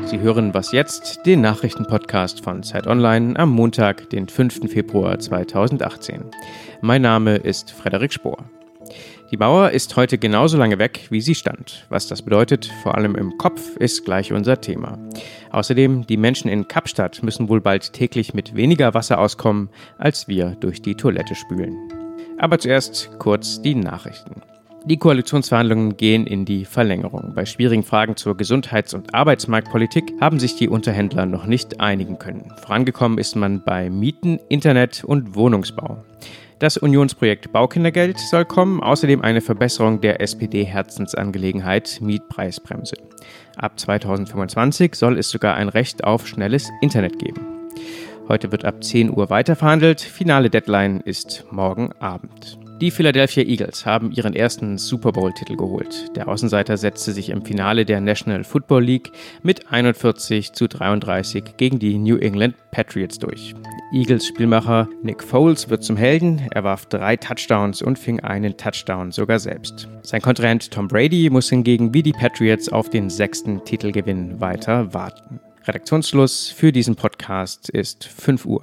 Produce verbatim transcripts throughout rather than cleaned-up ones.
Sie hören Was jetzt?, den Nachrichtenpodcast von Zeit Online am Montag, den fünften Februar zweitausendachtzehn. Mein Name ist Frederik Spohr. Die Mauer ist heute genauso lange weg, wie sie stand. Was das bedeutet, vor allem im Kopf, ist gleich unser Thema. Außerdem, die Menschen in Kapstadt müssen wohl bald täglich mit weniger Wasser auskommen, als wir durch die Toilette spülen. Aber zuerst kurz die Nachrichten. Die Koalitionsverhandlungen gehen in die Verlängerung. Bei schwierigen Fragen zur Gesundheits- und Arbeitsmarktpolitik haben sich die Unterhändler noch nicht einigen können. Vorangekommen ist man bei Mieten, Internet und Wohnungsbau. Das Unionsprojekt Baukindergeld soll kommen, außerdem eine Verbesserung der S P D-Herzensangelegenheit Mietpreisbremse. Ab zweitausendfünfundzwanzig soll es sogar ein Recht auf schnelles Internet geben. Heute wird ab zehn Uhr weiterverhandelt, finale Deadline ist morgen Abend. Die Philadelphia Eagles haben ihren ersten Super Bowl-Titel geholt. Der Außenseiter setzte sich im Finale der National Football League mit einundvierzig zu dreiunddreißig gegen die New England Patriots durch. Eagles-Spielmacher Nick Foles wird zum Helden, er warf drei Touchdowns und fing einen Touchdown sogar selbst. Sein Konkurrent Tom Brady muss hingegen wie die Patriots auf den sechsten Titelgewinn weiter warten. Redaktionsschluss für diesen Podcast ist fünf Uhr.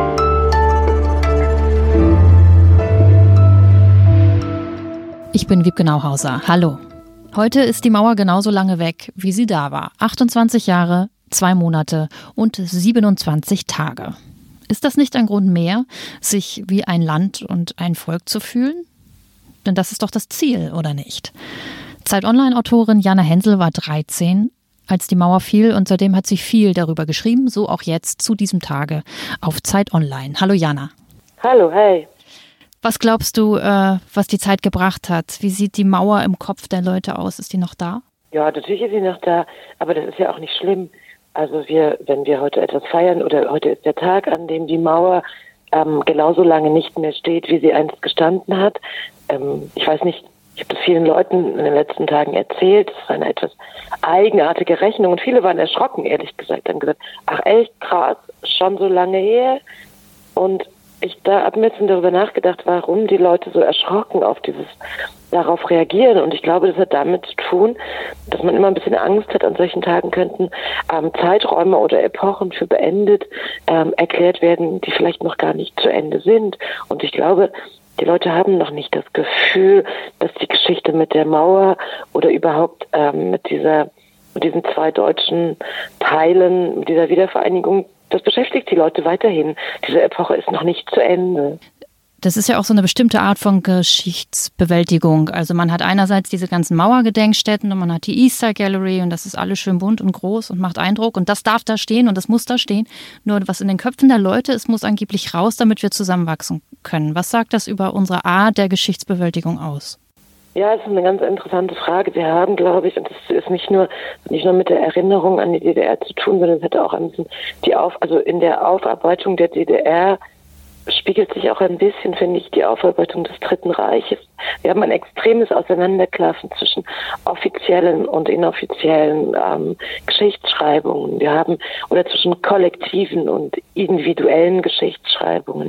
Ich bin Wiebke Nauhauser. Hallo. Heute ist die Mauer genauso lange weg, wie sie da war. achtundzwanzig Jahre, zwei Monate und siebenundzwanzig Tage. Ist das nicht ein Grund mehr, sich wie ein Land und ein Volk zu fühlen? Denn das ist doch das Ziel, oder nicht? Zeit-Online-Autorin Jana Hensel war dreizehn, als die Mauer fiel, und seitdem hat sie viel darüber geschrieben, so auch jetzt zu diesem Tage auf Zeit Online. Hallo Jana. Hallo, hey. Was glaubst du, äh, was die Zeit gebracht hat? Wie sieht die Mauer im Kopf der Leute aus? Ist die noch da? Ja, natürlich ist sie noch da, aber das ist ja auch nicht schlimm. Also wir, wenn wir heute etwas feiern, oder heute ist der Tag, an dem die Mauer ähm, genauso lange nicht mehr steht, wie sie einst gestanden hat. Ähm, ich weiß nicht, ich habe das vielen Leuten in den letzten Tagen erzählt. Das war eine etwas eigenartige Rechnung und viele waren erschrocken, ehrlich gesagt. Haben gesagt, ach echt krass, schon so lange her. Und ich da habe mir jetzt darüber nachgedacht, warum die Leute so erschrocken auf dieses, darauf reagieren. Und ich glaube, das hat damit zu tun, dass man immer ein bisschen Angst hat, an solchen Tagen könnten ähm, Zeiträume oder Epochen für beendet ähm, erklärt werden, die vielleicht noch gar nicht zu Ende sind. Und ich glaube, die Leute haben noch nicht das Gefühl, dass die Geschichte mit der Mauer oder überhaupt ähm, mit dieser, mit diesen zwei deutschen Teilen, mit dieser Wiedervereinigung, das beschäftigt die Leute weiterhin. Diese Epoche ist noch nicht zu Ende. Das ist ja auch so eine bestimmte Art von Geschichtsbewältigung. Also man hat einerseits diese ganzen Mauergedenkstätten und man hat die Easter Gallery und das ist alles schön bunt und groß und macht Eindruck und das darf da stehen und das muss da stehen. Nur was in den Köpfen der Leute ist, muss angeblich raus, damit wir zusammenwachsen können. Was sagt das über unsere Art der Geschichtsbewältigung aus? Ja, das ist eine ganz interessante Frage. Wir haben, glaube ich, und das ist nicht nur nicht nur mit der Erinnerung an die D D R zu tun, sondern es hat auch ein bisschen die Auf, also in der Aufarbeitung der D D R spiegelt sich auch ein bisschen, finde ich, die Aufarbeitung des Dritten Reiches. Wir haben ein extremes Auseinanderklaffen zwischen offiziellen und inoffiziellen ähm, Geschichtsschreibungen. Wir haben, oder zwischen kollektiven und individuellen Geschichtsschreibungen.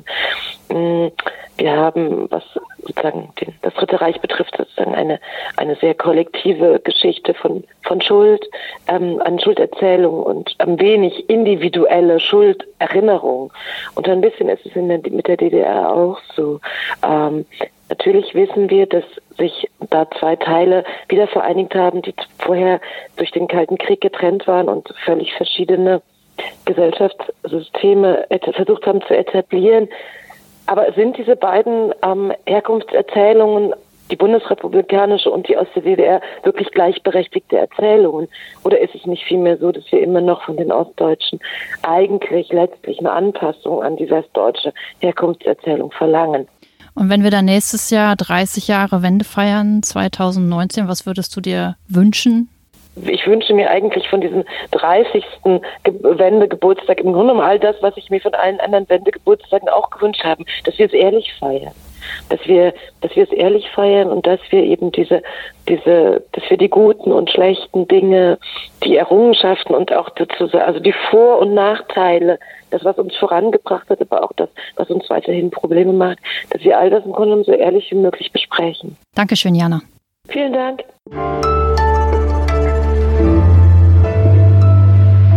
Wir haben, was sozusagen den, das Dritte Reich betrifft, sozusagen eine eine sehr kollektive Geschichte von von Schuld, ähm, an Schulderzählung und ein wenig individuelle Schulderinnerung. Und ein bisschen ist es in der, mit der D D R auch so. Ähm, natürlich wissen wir, dass sich da zwei Teile wieder vereinigt haben, die vorher durch den Kalten Krieg getrennt waren und völlig verschiedene Gesellschaftssysteme versucht haben zu etablieren. Aber sind diese beiden ähm, Herkunftserzählungen, die bundesrepublikanische und die aus der D D R, wirklich gleichberechtigte Erzählungen? Oder ist es nicht vielmehr so, dass wir immer noch von den Ostdeutschen eigentlich letztlich eine Anpassung an die westdeutsche Herkunftserzählung verlangen? Und wenn wir dann nächstes Jahr dreißig Jahre Wende feiern, zweitausendneunzehn, was würdest du dir wünschen? Ich wünsche mir eigentlich von diesem dreißigsten Wendegeburtstag im Grunde genommen all das, was ich mir von allen anderen Wendegeburtstagen auch gewünscht habe, dass wir es ehrlich feiern. Dass wir, dass wir es ehrlich feiern und dass wir eben diese, diese, dass wir die guten und schlechten Dinge, die Errungenschaften und auch dazu, also die Vor- und Nachteile, das, was uns vorangebracht hat, aber auch das, was uns weiterhin Probleme macht, dass wir all das im Grunde genommen so ehrlich wie möglich besprechen. Dankeschön, Jana. Vielen Dank.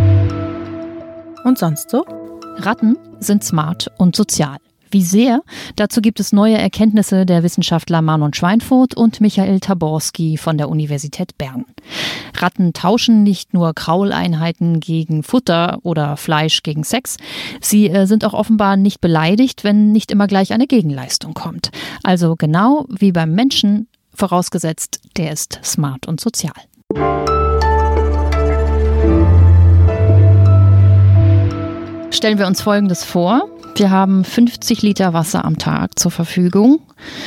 Und sonst so? Ratten sind smart und sozial. Wie sehr? Dazu gibt es neue Erkenntnisse der Wissenschaftler Manon Schweinfurth und Michael Taborski von der Universität Bern. Ratten tauschen nicht nur Krauleinheiten gegen Futter oder Fleisch gegen Sex. Sie äh, sind auch offenbar nicht beleidigt, wenn nicht immer gleich eine Gegenleistung kommt. Also genau wie beim Menschen, vorausgesetzt, der ist smart und sozial. Stellen wir uns Folgendes vor. Wir haben fünfzig Liter Wasser am Tag zur Verfügung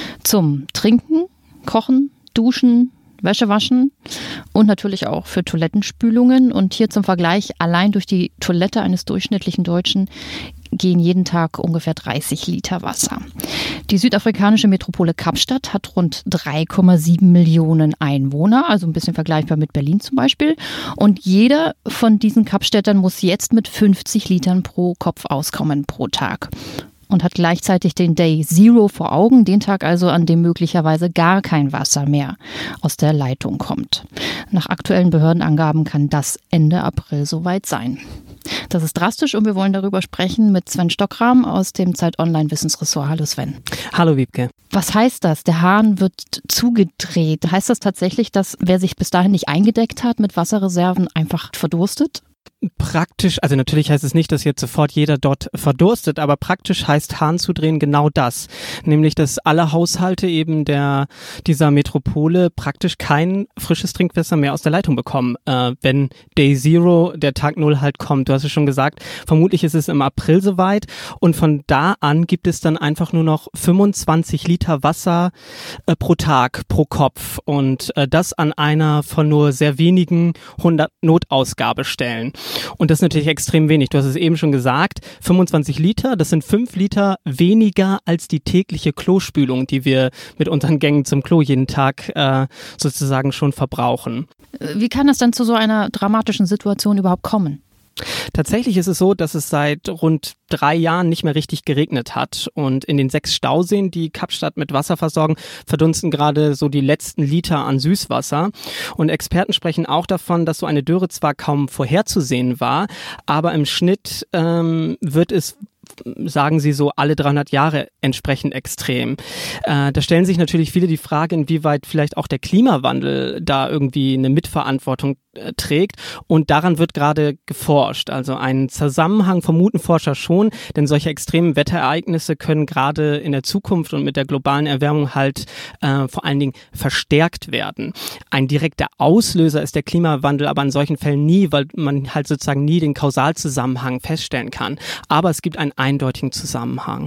zum Trinken, Kochen, Duschen, Wäsche waschen und natürlich auch für Toilettenspülungen. Und hier zum Vergleich, allein durch die Toilette eines durchschnittlichen Deutschen gehen jeden Tag ungefähr dreißig Liter Wasser. Die südafrikanische Metropole Kapstadt hat rund drei Komma sieben Millionen Einwohner, also ein bisschen vergleichbar mit Berlin zum Beispiel. Und jeder von diesen Kapstädtern muss jetzt mit fünfzig Litern pro Kopf auskommen pro Tag. Und hat gleichzeitig den Day Zero vor Augen, den Tag also, an dem möglicherweise gar kein Wasser mehr aus der Leitung kommt. Nach aktuellen Behördenangaben kann das Ende April soweit sein. Das ist drastisch und wir wollen darüber sprechen mit Sven Stockram aus dem Zeit Online Wissensressort. Hallo Sven. Hallo Wiebke. Was heißt das? Der Hahn wird zugedreht. Heißt das tatsächlich, dass wer sich bis dahin nicht eingedeckt hat mit Wasserreserven, einfach verdurstet? Praktisch, also natürlich heißt es nicht, dass jetzt sofort jeder dort verdurstet, aber praktisch heißt Hahn zudrehen genau das. Nämlich, dass alle Haushalte eben der dieser Metropole praktisch kein frisches Trinkwasser mehr aus der Leitung bekommen, äh, wenn Day Zero, der Tag Null halt kommt. Du hast es schon gesagt, vermutlich ist es im April soweit und von da an gibt es dann einfach nur noch fünfundzwanzig Liter Wasser äh, pro Tag, pro Kopf und äh, das an einer von nur sehr wenigen hundert Notausgabestellen. Und das ist natürlich extrem wenig. Du hast es eben schon gesagt, fünfundzwanzig Liter, das sind fünf Liter weniger als die tägliche Klospülung, die wir mit unseren Gängen zum Klo jeden Tag äh, sozusagen schon verbrauchen. Wie kann es denn zu so einer dramatischen Situation überhaupt kommen? Tatsächlich ist es so, dass es seit rund drei Jahren nicht mehr richtig geregnet hat und in den sechs Stauseen, die Kapstadt mit Wasser versorgen, verdunsten gerade so die letzten Liter an Süßwasser und Experten sprechen auch davon, dass so eine Dürre zwar kaum vorherzusehen war, aber im Schnitt ähm, wird es, sagen sie so, alle dreihundert Jahre entsprechend extrem. Äh, da stellen sich natürlich viele die Frage, inwieweit vielleicht auch der Klimawandel da irgendwie eine Mitverantwortung äh, trägt und daran wird gerade geforscht. Also einen Zusammenhang vermuten Forscher schon, denn solche extremen Wetterereignisse können gerade in der Zukunft und mit der globalen Erwärmung halt äh, vor allen Dingen verstärkt werden. Ein direkter Auslöser ist der Klimawandel, aber in solchen Fällen nie, weil man halt sozusagen nie den Kausalzusammenhang feststellen kann. Aber es gibt einen eindeutigen Zusammenhang.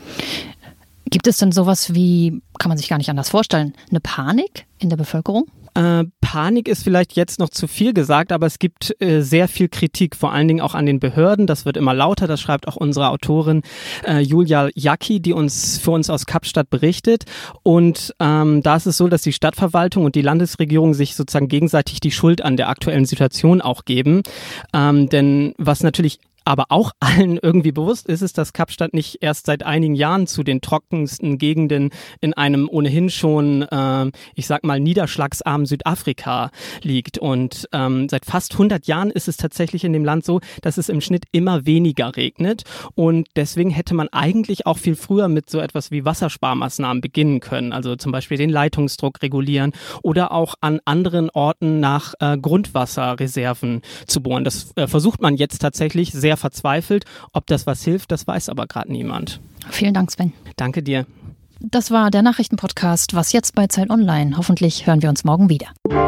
Gibt es denn sowas wie, kann man sich gar nicht anders vorstellen, eine Panik in der Bevölkerung? Äh, Panik ist vielleicht jetzt noch zu viel gesagt, aber es gibt äh, sehr viel Kritik, vor allen Dingen auch an den Behörden. Das wird immer lauter, das schreibt auch unsere Autorin äh, Julia Jacki, die uns für uns aus Kapstadt berichtet. Und ähm, da ist es so, dass die Stadtverwaltung und die Landesregierung sich sozusagen gegenseitig die Schuld an der aktuellen Situation auch geben. Ähm, denn was natürlich aber auch allen irgendwie bewusst ist, ist, dass Kapstadt nicht erst seit einigen Jahren zu den trockensten Gegenden in einem ohnehin schon, äh, ich sag mal, niederschlagsarmen Südafrika liegt. Und ähm, seit fast hundert Jahren ist es tatsächlich in dem Land so, dass es im Schnitt immer weniger regnet. Und deswegen hätte man eigentlich auch viel früher mit so etwas wie Wassersparmaßnahmen beginnen können. Also zum Beispiel den Leitungsdruck regulieren oder auch an anderen Orten nach äh, Grundwasserreserven zu bohren. Das äh, versucht man jetzt tatsächlich sehr verzweifelt. Ob das was hilft, das weiß aber gerade niemand. Vielen Dank, Sven. Danke dir. Das war der Nachrichtenpodcast Was jetzt bei Zeit Online. Hoffentlich hören wir uns morgen wieder.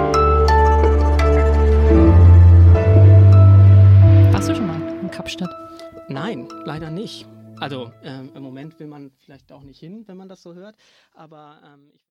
Warst du schon mal in Kapstadt? Nein, leider nicht. Also ähm, im Moment will man vielleicht auch nicht hin, wenn man das so hört. Aber ähm, ich